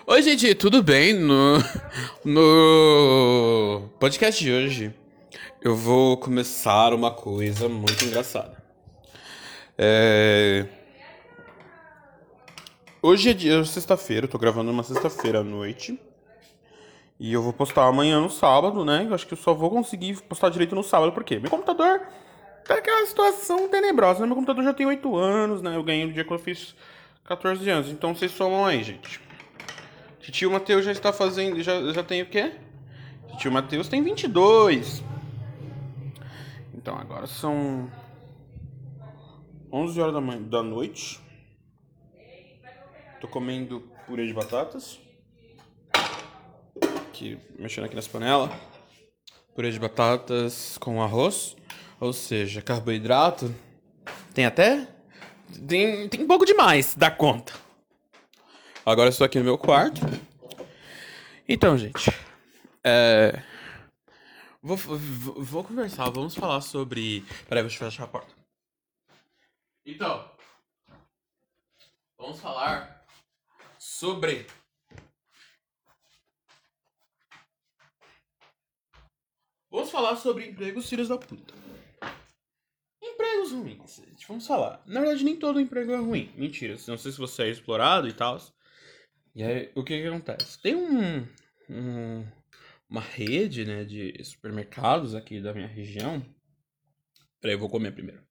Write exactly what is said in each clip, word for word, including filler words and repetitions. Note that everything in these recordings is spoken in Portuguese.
Oi, gente, tudo bem? No, no podcast de hoje, eu vou começar uma coisa muito engraçada. É... Hoje é dia sexta-feira, eu tô gravando uma sexta-feira à noite. E eu vou postar amanhã no sábado, né? Eu acho que eu só vou conseguir postar direito no sábado, por quê? Meu computador tá aquela situação tenebrosa, né? Meu computador já tem oito anos, né? Eu ganhei no dia que eu fiz catorze anos, então vocês somam aí, gente. Tio Matheus já está fazendo. Já, já tem o quê? Tio Matheus tem vinte e dois. Então agora são onze horas da, manhã, da noite. Tô comendo purê de batatas. Aqui, mexendo aqui nessa panela. Purê de batatas com arroz. Ou seja, carboidrato. Tem até. Tem, tem pouco demais, dá conta. Agora eu estou aqui no meu quarto. Então, gente. É. Vou, vou, vou conversar, vamos falar sobre. Peraí, deixa eu fechar a porta. Então, vamos falar sobre. Vamos falar sobre empregos filhos da puta. Empregos ruins, gente. Vamos falar. Na verdade, nem todo emprego é ruim. Mentira. Não sei se você é explorado e tal. E aí, o que que acontece? Tem um, um- uma rede, né, de supermercados aqui da minha região. Peraí, eu vou comer primeiro.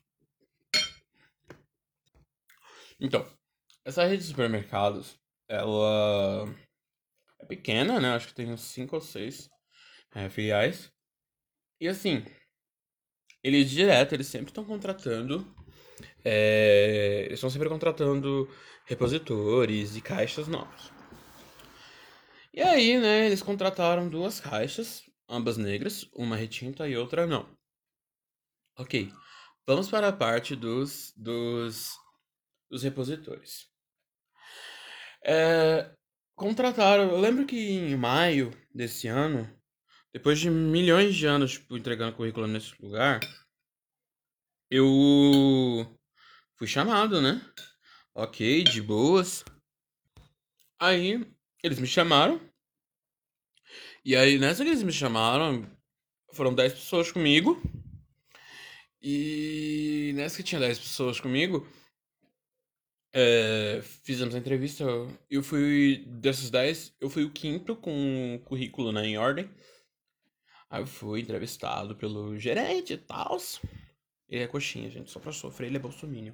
Então, essa rede de supermercados, ela é pequena, né? Acho que tem uns cinco ou seis é, filiais. E assim, eles direto, eles sempre estão contratando. É, eles estão sempre contratando repositores e caixas novos. E aí, né, eles contrataram duas caixas, ambas negras, uma retinta e outra não. Ok, vamos para a parte dos, dos, dos repositores. É, contrataram, eu lembro que em maio desse ano, depois de milhões de anos, tipo, entregando currículo nesse lugar, eu fui chamado, né? Ok, de boas. Aí, eles me chamaram. E aí, nessa que eles me chamaram, foram dez pessoas comigo. E nessa que tinha dez pessoas comigo, é, fizemos a entrevista. Eu fui, dessas dez eu fui o quinto com o currículo, né, em ordem. Aí eu fui entrevistado pelo gerente e tal. Ele é coxinha, gente, só pra sofrer, ele é bolsominion.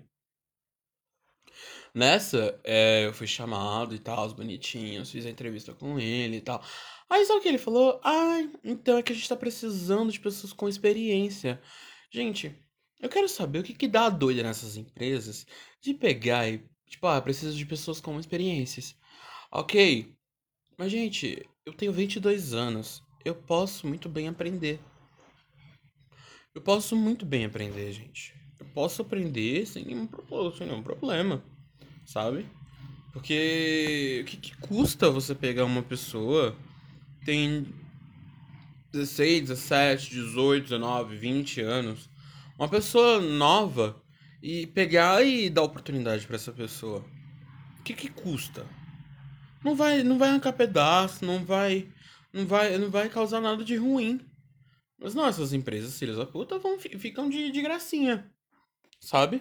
Nessa, é, eu fui chamado e tal, bonitinho, fiz a entrevista com ele e tal. Aí sabe o que ele falou? Ai, então é que a gente tá precisando de pessoas com experiência. Gente, eu quero saber o que que dá a doida nessas empresas de pegar e, tipo, ah, preciso de pessoas com experiências. Ok, mas gente, eu tenho vinte e dois anos, eu posso muito bem aprender. Eu posso muito bem aprender, gente. Eu posso aprender sem nenhum, pro- sem nenhum problema, sabe? Porque o que, que custa você pegar uma pessoa tem dezesseis, dezessete, dezoito, dezenove, vinte anos, uma pessoa nova e pegar e dar oportunidade pra essa pessoa? O que que custa? Não vai, não vai arrancar pedaço, não vai, não vai, não vai causar nada de ruim. Mas não, essas empresas, filhas da puta, vão, ficam de, de gracinha, sabe?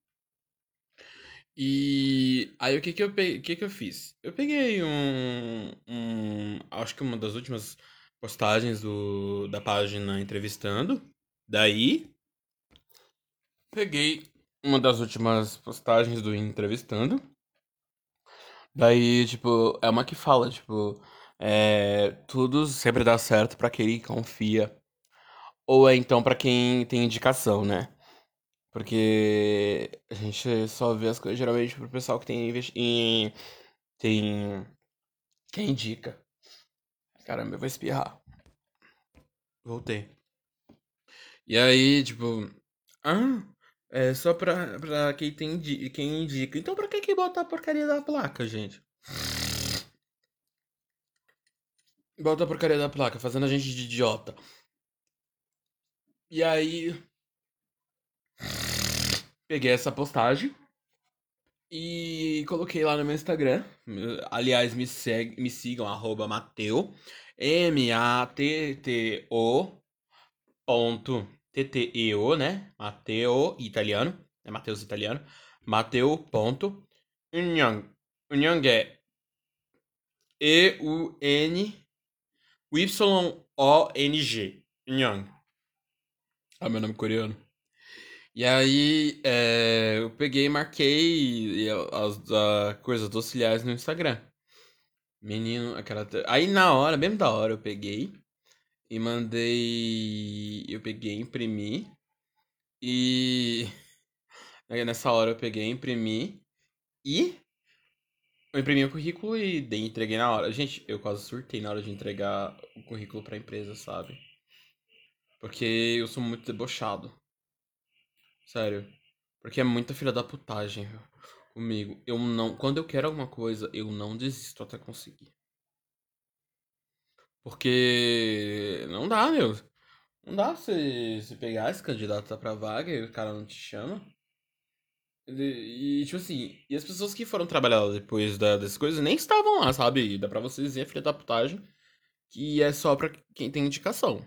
E aí o que que eu, pe... o que que eu fiz? Eu peguei um, um, acho que uma das últimas postagens do, da página entrevistando. Daí, peguei uma das últimas postagens do entrevistando. Daí, tipo, é uma que fala, tipo, é, tudo sempre dá certo pra quem confia. Ou é então pra quem tem indicação, né? Porque a gente só vê as coisas geralmente pro pessoal que tem, investi- em- tem quem indica. Caramba, eu vou espirrar. Voltei. E aí, tipo. Ah, é só pra, pra quem, tem, indi- quem indica. Então pra que que botar a porcaria da placa, gente? Bota a porcaria da placa, fazendo a gente de idiota. E aí, peguei essa postagem. E coloquei lá no meu Instagram. Aliás, me, segue, me sigam, arroba Mateu. M A T T O ponto T T E O, né? Mateo italiano. É Mateus italiano. Mateu ponto Unyang. Unyang é E U N Y O N G. Unyang. É meu nome coreano. E aí, é, eu peguei e marquei as, as coisas dociliares no Instagram. Menino, aquela. Aí na hora, mesmo da hora, eu peguei e mandei. Eu peguei, imprimi. E. Aí nessa hora eu peguei, imprimi. E. Eu imprimi o currículo e dei, entreguei na hora. Gente, eu quase surtei na hora de entregar o currículo pra empresa, sabe? Porque eu sou muito debochado. Sério. Porque é muita filha da putagem viu, comigo. Eu não. Quando eu quero alguma coisa, eu não desisto até conseguir. Porque não dá, meu. Não dá você, você pegar esse candidato pra vaga e o cara não te chama. E, e, tipo assim, e as pessoas que foram trabalhar lá depois da, das coisas nem estavam lá, sabe? E dá pra você dizer, filha da putagem, que é só pra quem tem indicação.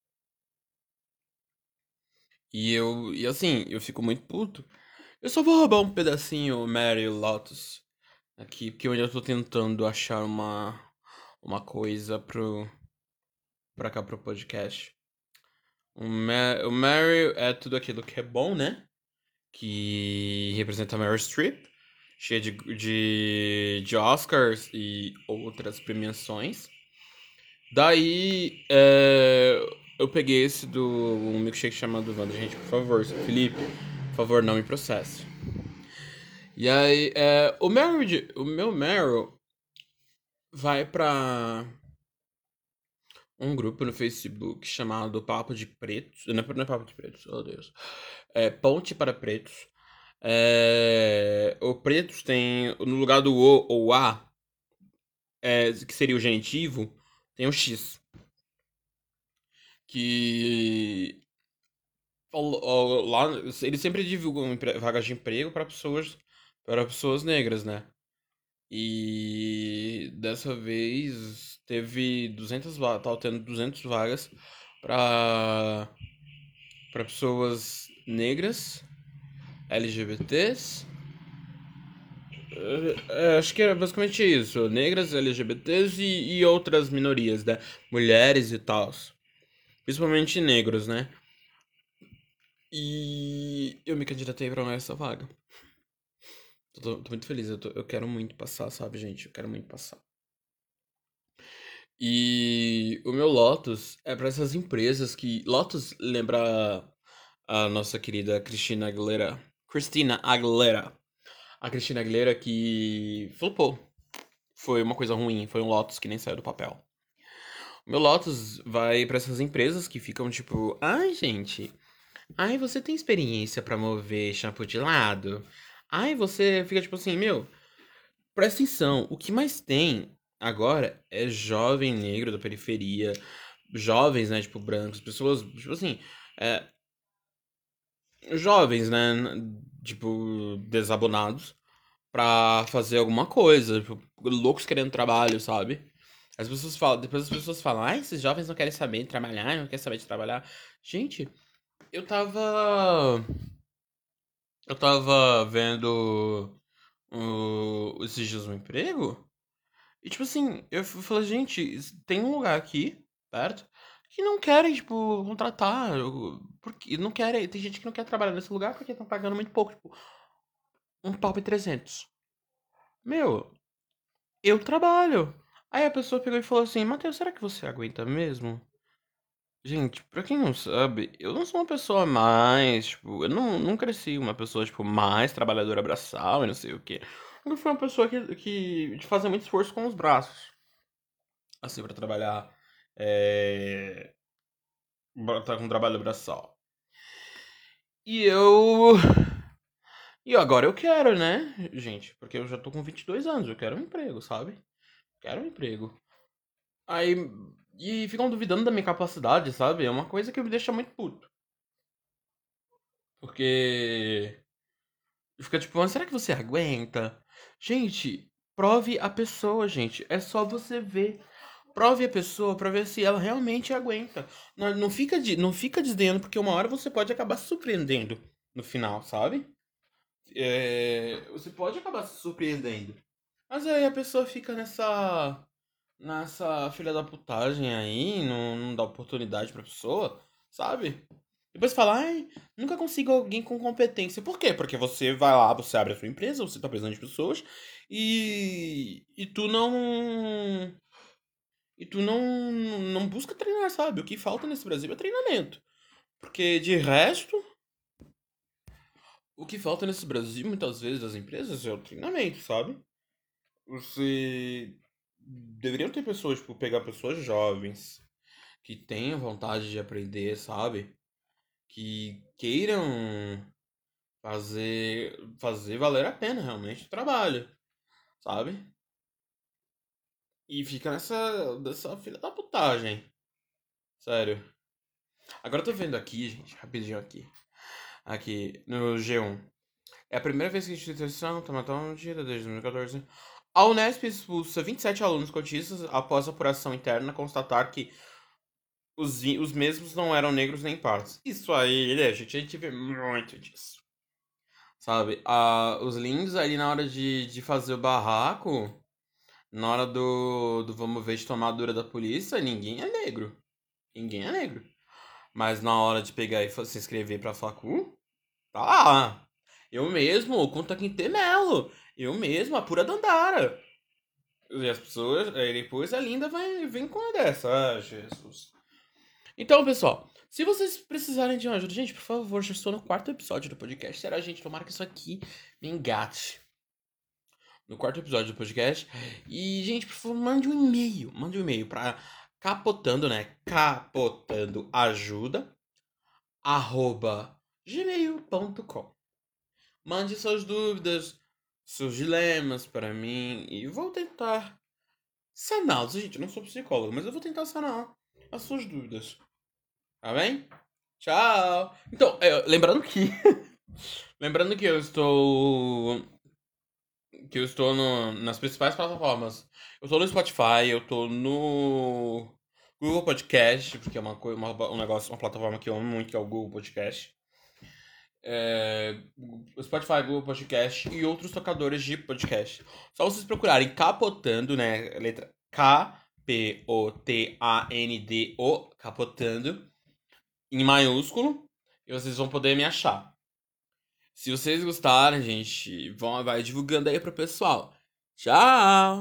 E eu, e assim, eu fico muito puto. Eu só vou roubar um pedacinho Mary Lotus aqui, porque eu ainda tô tentando achar uma, uma coisa pro, pra cá pro podcast. O, Ma o Mary é tudo aquilo que é bom, né? Que representa a Meryl Streep, cheia de, de, de Oscars e outras premiações. Daí, é, eu peguei esse do um milkshake chamado Wanda. Gente, por favor, Felipe, por favor, não me processe. E aí, é, o, Meryl, de- o meu Meryl vai pra um grupo no Facebook chamado Papo de Pretos. Não é, não é Papo de Pretos, oh Deus. É Ponte para Pretos. É, o pretos tem, no lugar do O ou A, é, que seria o genitivo, tem o X. Que ó, ó, lá eles sempre divulgam empre- vagas de emprego para pessoas para pessoas negras, né? E dessa vez teve duzentas vagas, tava tendo duzentas vagas para para pessoas negras, L G B Ts. É, acho que era basicamente isso. Negras, L G B Ts e, e outras minorias, né? Mulheres e tal. Principalmente negros, né? E eu me candidatei pra essa vaga. Tô, tô muito feliz, eu, tô- eu quero muito passar, sabe, gente? Eu quero muito passar. E o meu Lotus é pra essas empresas que. Lotus lembra a nossa querida Cristina Aguilera. Christina Aguilera. A Cristina Aguilera que flopou. Foi uma coisa ruim, foi um Lotus que nem saiu do papel. O meu Lotus vai pra essas empresas que ficam tipo, ai, gente, ai, você tem experiência pra mover shampoo de lado? Ai, você fica tipo assim, meu, presta atenção, o que mais tem agora é jovem negro da periferia, jovens, né, tipo, brancos, pessoas, tipo assim, é, jovens, né, tipo, desabonados, pra fazer alguma coisa, tipo, loucos querendo trabalho, sabe? As pessoas falam, depois as pessoas falam, ah, esses jovens não querem saber de trabalhar, não querem saber de trabalhar. Gente, eu tava. Eu tava vendo o, esses dias um emprego. E tipo assim, eu f- falei, gente, tem um lugar aqui, perto, que não querem, tipo, contratar. eu- Porque não querem. Tem gente que não quer trabalhar nesse lugar porque estão pagando muito pouco, tipo, um pau e trezentos. Meu, eu trabalho. Aí a pessoa pegou e falou assim, Matheus, será que você aguenta mesmo? Gente, pra quem não sabe, eu não sou uma pessoa mais, tipo, eu não, não cresci uma pessoa, tipo, mais trabalhadora braçal e não sei o quê. Eu fui uma pessoa que, que de fazer muito esforço com os braços, assim, pra trabalhar, é... tá com trabalho braçal. E eu... E agora eu quero, né, gente? Porque eu já tô com vinte e dois anos, eu quero um emprego, sabe? Quero um emprego. Aí... E ficam duvidando da minha capacidade, sabe? É uma coisa que me deixa muito puto. Porque... Fica tipo, mas será que você aguenta? Gente, prove a pessoa, gente. É só você ver. Prove a pessoa pra ver se ela realmente aguenta. Não, não fica, de, não fica desdenhando, porque uma hora você pode acabar se surpreendendo no final, sabe? É, você pode acabar se surpreendendo. Mas aí a pessoa fica nessa. Nessa filha da putagem aí, não, não dá oportunidade pra pessoa, sabe? Depois fala, ai, nunca consigo alguém com competência. Por quê? Porque você vai lá, você abre a sua empresa, você tá precisando de pessoas e, e tu não. E tu não, não busca treinar, sabe? O que falta nesse Brasil é treinamento. Porque de resto, o que falta nesse Brasil, muitas vezes, das empresas, é o treinamento, sabe? Você. Deveriam ter pessoas, tipo, pegar pessoas jovens que tenham vontade de aprender, sabe? Que queiram fazer fazer valer a pena realmente o trabalho, sabe? E fica nessa dessa filha da putagem, sério. Agora eu tô vendo aqui, gente, rapidinho aqui, aqui no G um. É a primeira vez que a instituição toma toma medida desde dois mil e quatorze. A Unesp expulsa vinte e sete alunos cotistas após apuração interna constatar que os, os mesmos não eram negros nem pardos. Isso aí, né, gente? A gente vê muito disso. Sabe? Ah, os lindos ali na hora de, de fazer o barraco, na hora do, do vamos ver de tomar a dura da polícia, ninguém é negro. Ninguém é negro. Mas na hora de pegar e fa- se inscrever pra facu, tá lá. Eu mesmo, conta Quinte Melo. Eu mesmo, a pura Dandara. E as pessoas, aí depois a Linda vai, vem com a dessa. Ah, Jesus. Então, pessoal, se vocês precisarem de uma ajuda, gente, por favor, já estou no quarto episódio do podcast. Será, gente? Tomara que isso aqui me engate no quarto episódio do podcast. E, gente, por favor, mande um e-mail. Mande um e-mail pra capotando, né? Capotando ajuda, arroba gmail ponto com. Mande suas dúvidas, seus dilemas para mim e vou tentar saná-los. Gente, eu não sou psicólogo, mas eu vou tentar sanar as suas dúvidas. Tá bem? Tchau! Então, é, lembrando que. Lembrando que eu estou. Que eu estou no- nas principais plataformas. Eu estou no Spotify, eu estou no Google Podcast, porque é uma, coi- uma, um negócio, uma plataforma que eu amo muito, que é o Google Podcast. É, o Spotify, Google Podcast e outros tocadores de podcast. Só vocês procurarem Capotando, né? Letra K P O T A N D O, Capotando, em maiúsculo, e vocês vão poder me achar. Se vocês gostarem, gente, vão, vai divulgando aí pro pessoal. Tchau!